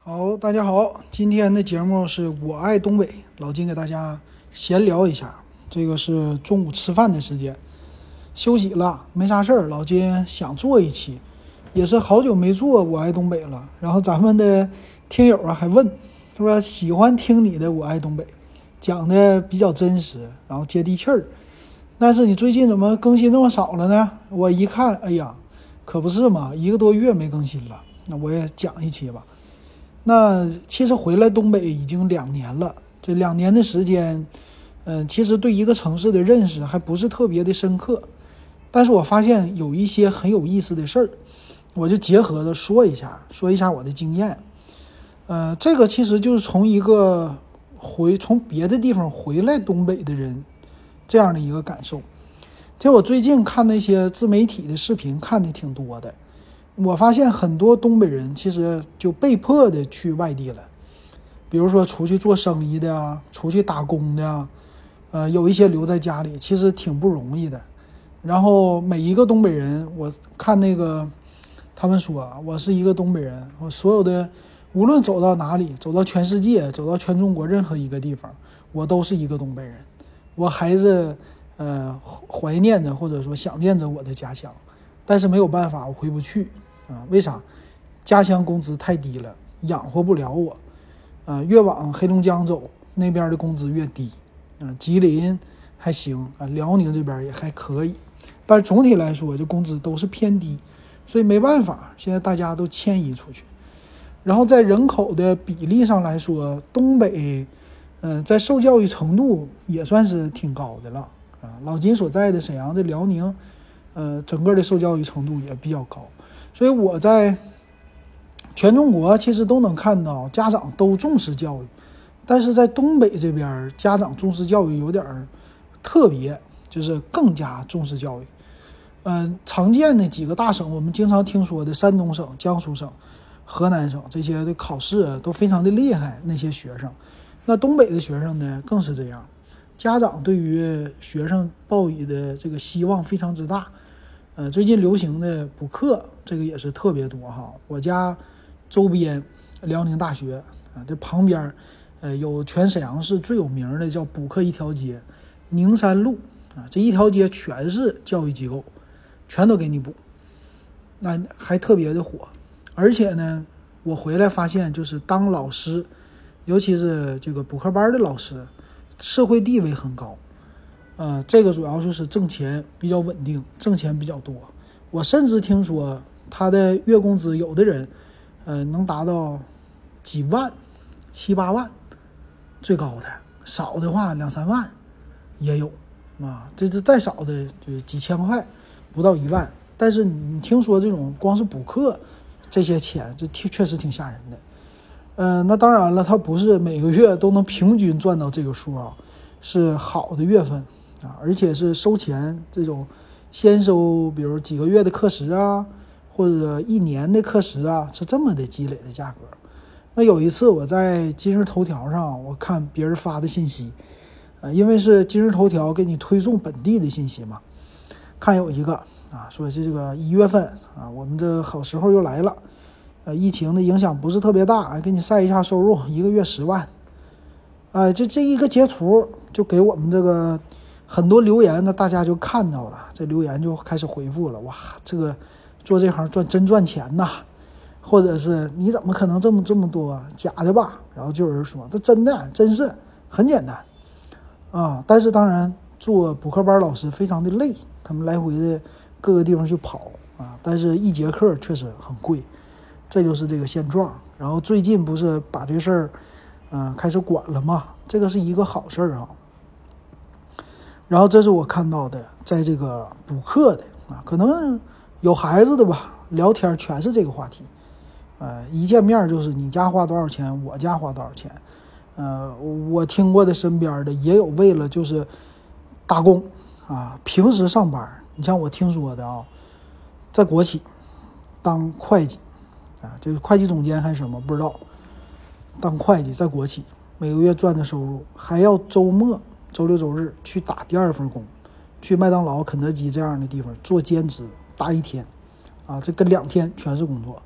好，大家好，今天的节目是我爱东北，老金给大家闲聊一下。这个是中午吃饭的时间，休息了，没啥事儿，老金想做一期，也是好久没做我爱东北了。然后咱们的听友还问，说喜欢听你的我爱东北，讲的比较真实，然后接地气儿。但是你最近怎么更新那么少了呢？我一看，哎呀，可不是嘛，1个多月没更新了，那我也讲一期吧。那其实回来东北已经2年了，这2年的时间，其实对一个城市的认识还不是特别的深刻，但是我发现有一些很有意思的事儿，我就结合着说一下我的经验。这个其实就是从别的地方回来东北的人这样的一个感受。就我最近看那些自媒体的视频看的挺多的，我发现很多东北人其实就被迫的去外地了，比如说出去做生意的啊，出去打工的啊，有一些留在家里，其实挺不容易的。然后每一个东北人，我看那个他们说我是一个东北人，我所有的无论走到哪里，走到全世界，走到全中国任何一个地方，我都是一个东北人，我还是怀念着或者说想念着我的家乡，但是没有办法，我回不去。为啥？家乡工资太低了，养活不了我。越往黑龙江走，那边的工资越低。吉林还行，辽宁这边也还可以，但是总体来说，这工资都是偏低，所以没办法，现在大家都迁移出去。然后在人口的比例上来说，东北，在受教育程度也算是挺高的了。老金所在的沈阳的辽宁，整个的受教育程度也比较高。所以我在全中国其实都能看到家长都重视教育，但是在东北这边家长重视教育有点特别，就是更加重视教育。常见的几个大省我们经常听说的山东省、江苏省、河南省，这些的考试都非常的厉害，那些学生。那东北的学生呢更是这样，家长对于学生抱以的这个希望非常之大。最近流行的补课，这个也是特别多哈。我家周边辽宁大学这旁边有全沈阳市最有名的叫补课一条街，宁山路这一条街全是教育机构，全都给你补，那还特别的火。而且呢，我回来发现，就是当老师，尤其是这个补课班的老师，社会地位很高。这个主要就是挣钱比较稳定，挣钱比较多。我甚至听说他的月工资有的人能达到几万、7、8万，最高的，少的话2、3万也有这是再少的就是几千块，不到1万。但是你听说这种光是补课这些钱，这确实挺吓人的。那当然了，他不是每个月都能平均赚到这个数是好的月份而且是收钱这种先收比如几个月的课时或者1年的课时是这么的积累的价格。那有一次我在今日头条上，我看别人发的信息，因为是今日头条给你推送本地的信息嘛，看有一个说是这个1月份我们这好时候又来了，疫情的影响不是特别大，给你晒一下收入，1个月10万。这一个截图就给我们这个很多留言，那大家就看到了，这留言就开始回复了，哇，这个做这行真赚钱呐，或者是你怎么可能这么多，假的吧？然后就有人说这真的，真是很简单但是当然做补课班老师非常的累，他们来回的各个地方去跑但是1节课确实很贵，这就是这个现状。然后最近不是把这事儿开始管了嘛，这个是一个好事儿然后这是我看到的，在这个补课的可能有孩子的吧，聊天全是这个话题。一见面就是你家花多少钱，我家花多少钱。我听过的身边的也有为了就是打工平时上班，你像我听说的在国企当会计这个会计总监还是什么不知道，当会计在国企每个月赚的收入，还要周末周六周日去打第2份工，去麦当劳、肯德基这样的地方做兼职，打1天这跟2天全是工作。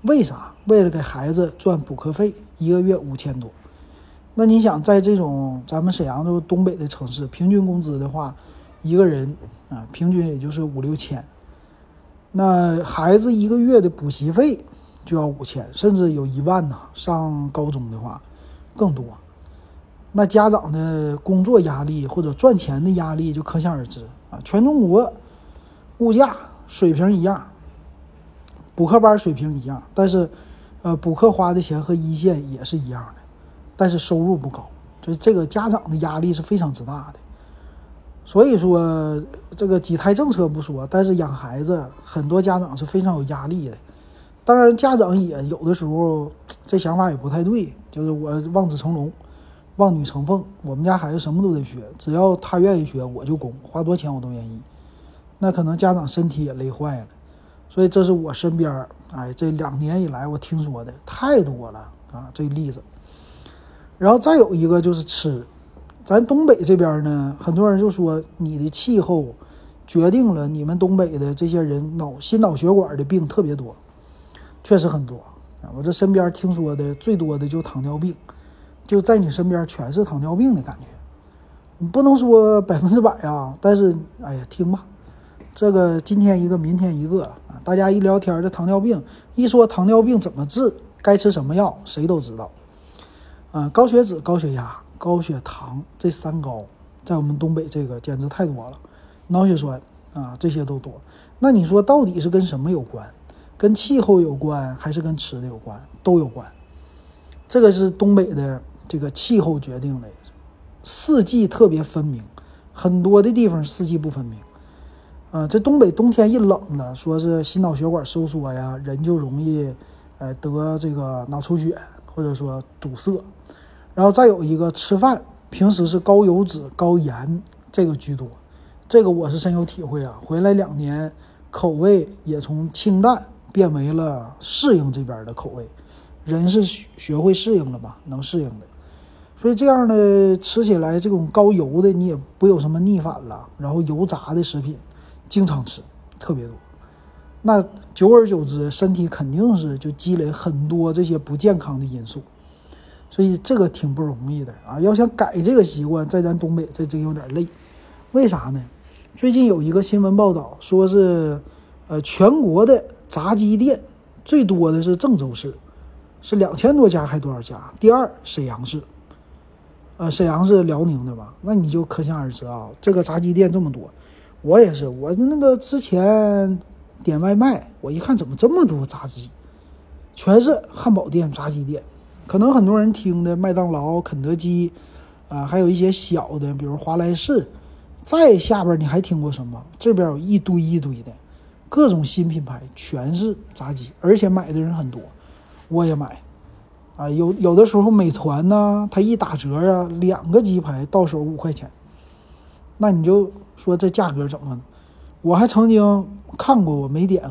为啥？为了给孩子赚补课费，一个月5000多。那你想，在这种咱们沈阳东北的城市，平均工资的话，一个人啊，平均也就是5-6千。那孩子一个月的补习费就要5000，甚至有1万呢。上高中的话更多。那家长的工作压力或者赚钱的压力就可想而知啊。全中国物价水平一样，补课班水平一样，但是补课花的钱和一线也是一样的，但是收入不高，所以这个家长的压力是非常之大的。所以说这个几胎政策不说，但是养孩子很多家长是非常有压力的。当然家长也有的时候这想法也不太对，就是我望子成龙望女成凤，我们家孩子什么都得学，只要他愿意学我就供，花多钱我都愿意。那可能家长身体也累坏了。所以这是我身边这2年以来我听说的太多了啊，这例子。然后再有一个就是吃，咱东北这边呢，很多人就说你的气候决定了你们东北的这些人心脑血管的病特别多，确实很多啊。我这身边听说的最多的就糖尿病，就在你身边全是糖尿病的感觉。你不能说100%啊，但是听吧，这个今天一个明天一个啊，大家一聊天这糖尿病，一说糖尿病怎么治，该吃什么药，谁都知道。高血脂、高血压、高血糖这3高，在我们东北这个简直太多了。脑血栓啊，这些都多。那你说到底是跟什么有关？跟气候有关，还是跟吃的有关？都有关。这个是东北的这个气候决定的，四季特别分明，很多的地方四季不分明。这东北冬天一冷了，说是心脑血管收缩呀，人就容易得这个脑出血，或者说堵塞。然后再有一个吃饭，平时是高油脂、高盐这个居多，这个我是深有体会啊。回来2年，口味也从清淡变为了适应这边的口味，人是学会适应了吧，能适应的。所以这样的吃起来这种高油的你也不有什么逆反了，然后油炸的食品经常吃特别多，那久而久之身体肯定是就积累很多这些不健康的因素。所以这个挺不容易的啊！要想改这个习惯，在咱东北这真有点累。为啥呢？最近有一个新闻报道说是，全国的炸鸡店最多的是郑州市，是2000多家还多少家？第2沈阳市，沈阳是辽宁的吧？那你就可想而知啊，这个炸鸡店这么多。我也是，我那个之前点外卖，我一看怎么这么多炸鸡，全是汉堡店、炸鸡店。可能很多人听的麦当劳、肯德基还有一些小的比如华莱士，再下边你还听过什么？这边有一堆一堆的各种新品牌，全是炸鸡，而且买的人很多，我也买有的时候美团呢，它一打折2个鸡排到手5块钱，那你就说这价格怎么？我还曾经看过，我没点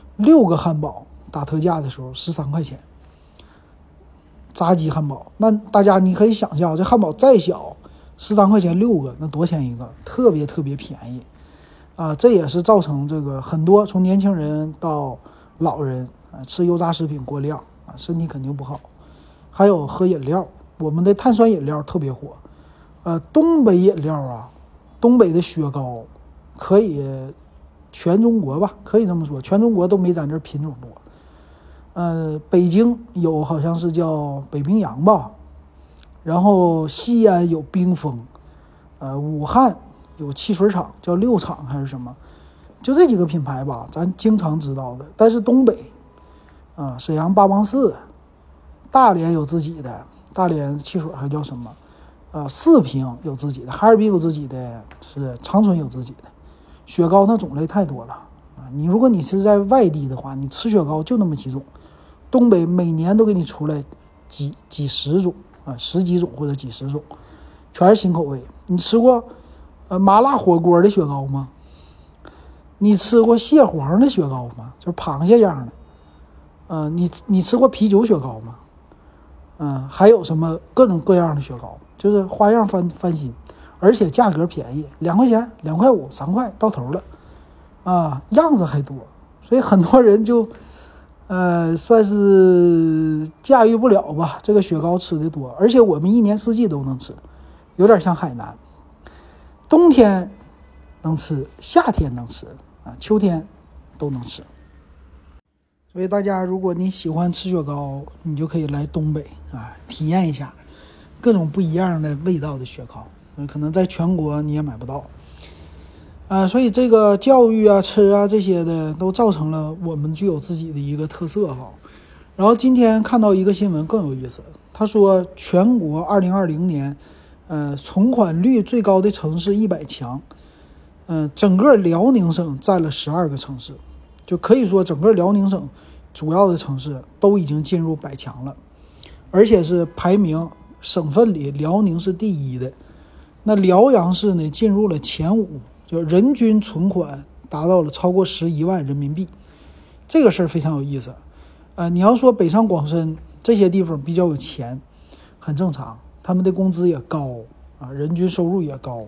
6个汉堡打特价的时候13块钱，炸鸡汉堡。那大家你可以想象，这汉堡再小13块钱6个，那多钱一个？特别特别便宜这也是造成这个很多从年轻人到老人吃油炸食品过量身体肯定不好。还有喝饮料，我们的碳酸饮料特别火东北饮料东北的雪糕可以全中国吧，可以这么说，全中国都没咱这品种多。北京有好像是叫北冰洋吧，然后西安有冰峰，武汉有汽水厂叫6厂还是什么，就这几个品牌吧，咱经常知道的。但是东北沈阳八王寺，大连有自己的，大连汽水还叫什么四平有自己的，哈尔滨有自己的，是长春有自己的。雪糕那种类太多了你如果你是在外地的话，你吃雪糕就那么几种，东北每年都给你出来几十种10几种或者几十种，全是新口味。你吃过麻辣火锅的雪糕吗？你吃过蟹黄的雪糕吗？就是螃蟹样的你吃过啤酒雪糕吗？还有什么各种各样的雪糕，就是花样翻新，而且价格便宜，2块钱、2块5、3块到头了样子还多。所以很多人就算是驾驭不了吧，这个雪糕吃的多，而且我们一年四季都能吃，有点像海南，冬天能吃，夏天能吃啊，秋天都能吃。所以大家如果你喜欢吃雪糕，你就可以来东北啊，体验一下各种不一样的味道的雪糕，可能在全国你也买不到。所以这个教育啊、吃啊这些的都造成了我们具有自己的一个特色哈。然后今天看到一个新闻更有意思，他说全国2020年，存款率最高的城市100强，整个辽宁省占了12个城市，就可以说整个辽宁省主要的城市都已经进入100强了，而且是排名省份里辽宁是第一的。那辽阳市呢进入了前5。就人均存款达到了超过11万人民币，这个事儿非常有意思。你要说北上广深这些地方比较有钱，很正常，他们的工资也高啊，人均收入也高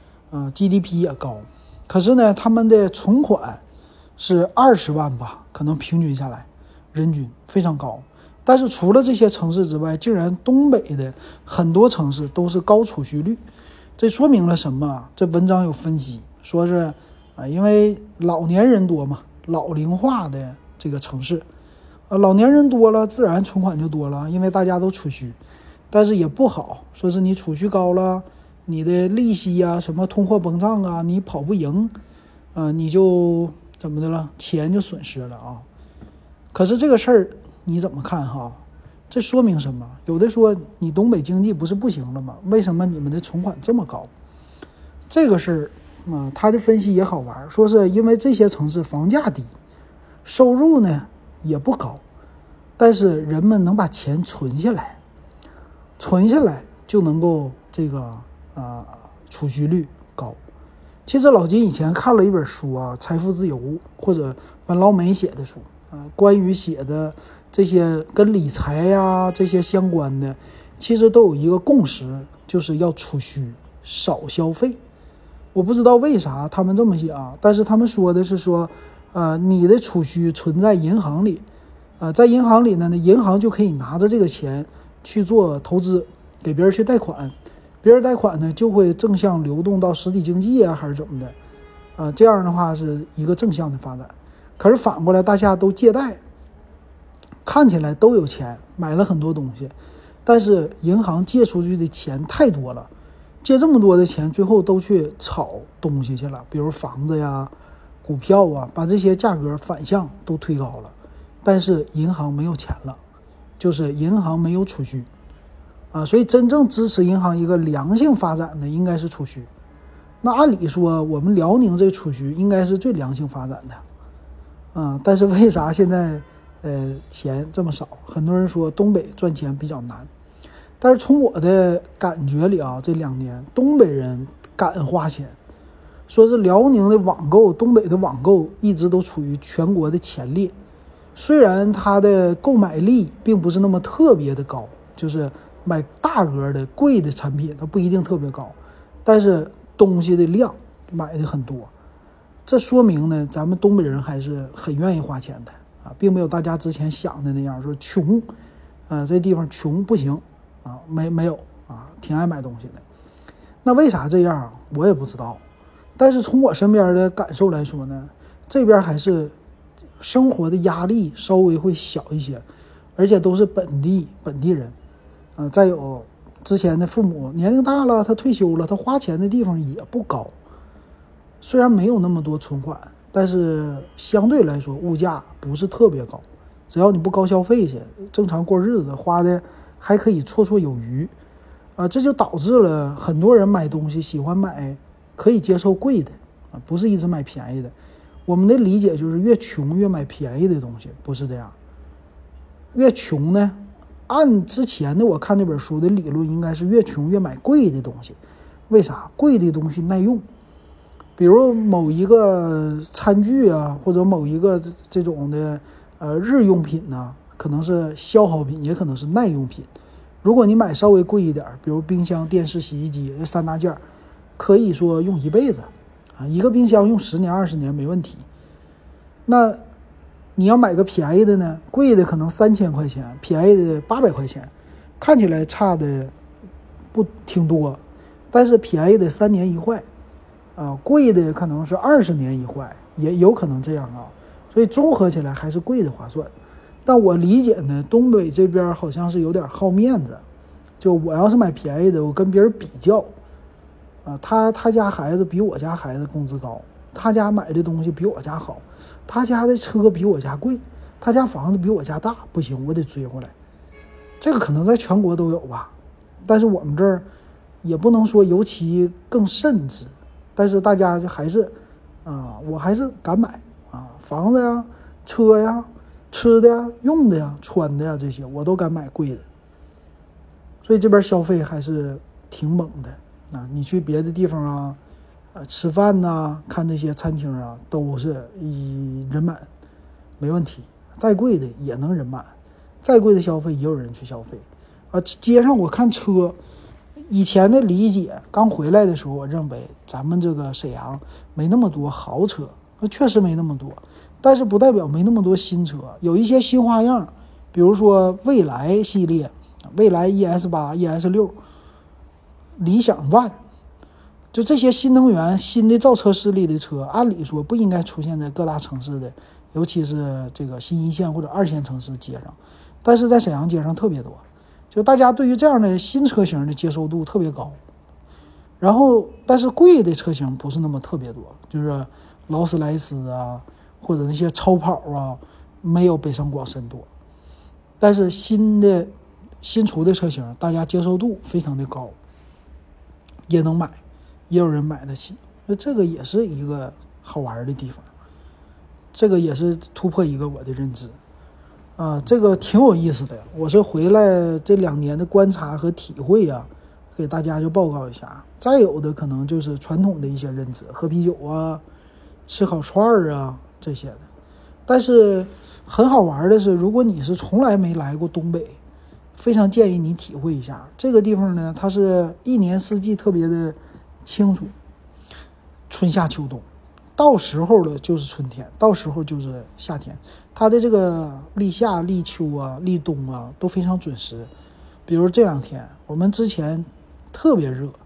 ，GDP 也高。可是呢，他们的存款是20万吧，可能平均下来，人均非常高。但是除了这些城市之外，竟然东北的很多城市都是高储蓄率。这说明了什么？这文章有分析，说是因为老年人多嘛，老龄化的这个城市，老年人多了，自然存款就多了，因为大家都储蓄。但是也不好，说是你储蓄高了，你的利息啊，什么通货膨胀啊，你跑不赢，你就怎么的了，钱就损失了啊。可是这个事儿你怎么看哈？这说明什么？有的说你东北经济不是不行了吗？为什么你们的存款这么高？这个事儿他的分析也好玩，说是因为这些城市房价低，收入呢也不高，但是人们能把钱存下来就能够这个储蓄率高。其实老金以前看了一本书啊，《财富自由》或者文老美写的书关于写的这些跟理财呀这些相关的，其实都有一个共识，就是要储蓄少消费。我不知道为啥他们这么写但是他们说的是说你的储蓄存在银行里在银行里呢，银行就可以拿着这个钱去做投资，给别人去贷款，别人贷款呢就会正向流动到实体经济还是怎么的这样的话是一个正向的发展。可是反过来大家都借贷，看起来都有钱，买了很多东西，但是银行借出去的钱太多了，借这么多的钱最后都去炒东西去了，比如房子呀、股票把这些价格反向都推高了，但是银行没有钱了，就是银行没有储蓄所以真正支持银行一个良性发展的应该是储蓄。那按理说我们辽宁这储蓄应该是最良性发展的但是为啥现在钱这么少？很多人说东北赚钱比较难，但是从我的感觉里这2年东北人敢花钱，说是辽宁的网购，东北的网购一直都处于全国的前列。虽然它的购买力并不是那么特别的高，就是买大额的贵的产品它不一定特别高，但是东西的量买的很多。这说明呢，咱们东北人还是很愿意花钱的并没有大家之前想的那样说穷这地方穷不行没有挺爱买东西的。那为啥这样我也不知道，但是从我身边的感受来说呢，这边还是生活的压力稍微会小一些，而且都是本地人再有之前的父母年龄大了，他退休了，他花钱的地方也不高。虽然没有那么多存款，但是相对来说物价不是特别高，只要你不高消费去，正常过日子，花的还可以绰绰有余这就导致了很多人买东西喜欢买可以接受贵的不是一直买便宜的。我们的理解就是越穷越买便宜的东西，不是这样。越穷呢，按之前的我看这本书的理论应该是越穷越买贵的东西。为啥？贵的东西耐用，比如某一个餐具或者某一个这种的日用品可能是消耗品，也可能是耐用品。如果你买稍微贵一点，比如冰箱、电视、洗衣机这3大件，可以说用一辈子一个冰箱用10年20年没问题。那你要买个便宜的呢，贵的可能3000块钱，便宜的800块钱，看起来差的不挺多，但是便宜的3年一坏，贵的可能是20年一坏，也有可能这样啊。所以综合起来还是贵的划算。但我理解呢，东北这边好像是有点好面子，就我要是买便宜的，我跟别人比较，他家孩子比我家孩子工资高，他家买的东西比我家好，他家的车比我家贵，他家房子比我家大，不行，我得追回来。这个可能在全国都有吧，但是我们这儿也不能说尤其更甚至，但是大家就还是我还是敢买房子呀、车呀、吃的呀、用的呀、穿的呀，这些我都敢买贵的。所以这边消费还是挺猛的你去别的地方吃饭看这些餐厅都是人满，没问题。再贵的也能人满，再贵的消费也有人去消费街上我看车，以前的理解，刚回来的时候，我认为咱们这个沈阳没那么多豪车，确实没那么多，但是不代表没那么多新车，有一些新花样，比如说蔚来系列，蔚来 ES8、ES6、理想 ONE， 就这些新能源、新的造车势力的车，按理说不应该出现在各大城市的，尤其是这个新一线或者2线城市街上，但是在沈阳街上特别多，就大家对于这样的新车型的接受度特别高。然后但是贵的车型不是那么特别多，就是劳斯莱斯或者那些超跑没有北上广深多，但是新出的车型大家接受度非常的高，也能买，也有人买得起，那这个也是一个好玩的地方，这个也是突破一个我的认知这个挺有意思的。我是回来这2年的观察和体会给大家就报告一下。再有的可能就是传统的一些认知，喝啤酒吃烤串这些的。但是很好玩的是，如果你是从来没来过东北，非常建议你体会一下这个地方呢，它是一年四季特别的清楚，春夏秋冬，到时候的就是春天，到时候就是夏天，它的这个立夏、立秋立冬都非常准时。比如这2天我们之前特别热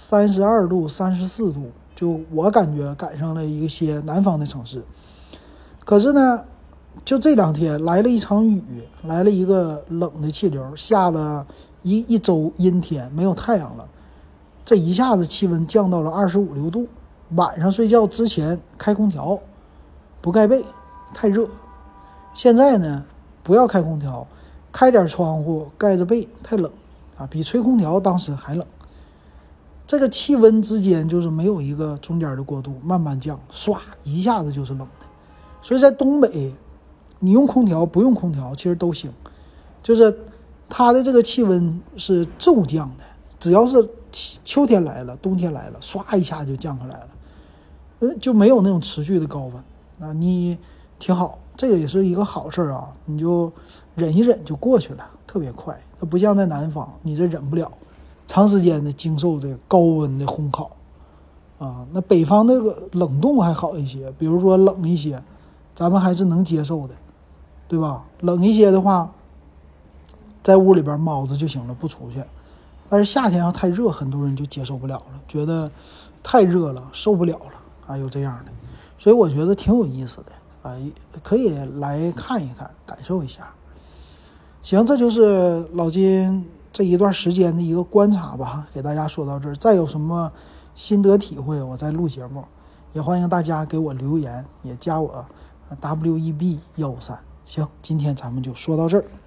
，32度、34度，就我感觉赶上了一些南方的城市。可是呢，就这2天来了一场雨，来了一个冷的气流，下了一周阴天，没有太阳了，这一下子气温降到了25、6度。晚上睡觉之前开空调，不盖被，太热。现在呢，不要开空调，开点窗户，盖着被，太冷比吹空调当时还冷。这个气温之间就是没有一个中间的过渡，慢慢降，唰一下子就是冷的。所以在东北，你用空调不用空调其实都行，就是它的这个气温是骤降的，只要是秋天来了、冬天来了，唰一下就降下来了。就没有那种持续的高温你挺好，这个也是一个好事你就忍一忍就过去了，特别快。它不像在南方，你这忍不了长时间的经受这个高温的烘烤那北方那个冷冻还好一些，比如说冷一些咱们还是能接受的，对吧？冷一些的话在屋里边猫着就行了，不出去。但是夏天要太热，很多人就接受不了了，觉得太热了受不了了有这样的。所以我觉得挺有意思的可以来看一看，感受一下。行，这就是老金这一段时间的一个观察吧，给大家说到这儿。再有什么心得体会我再录节目，也欢迎大家给我留言，也加我WEB153。行，今天咱们就说到这儿。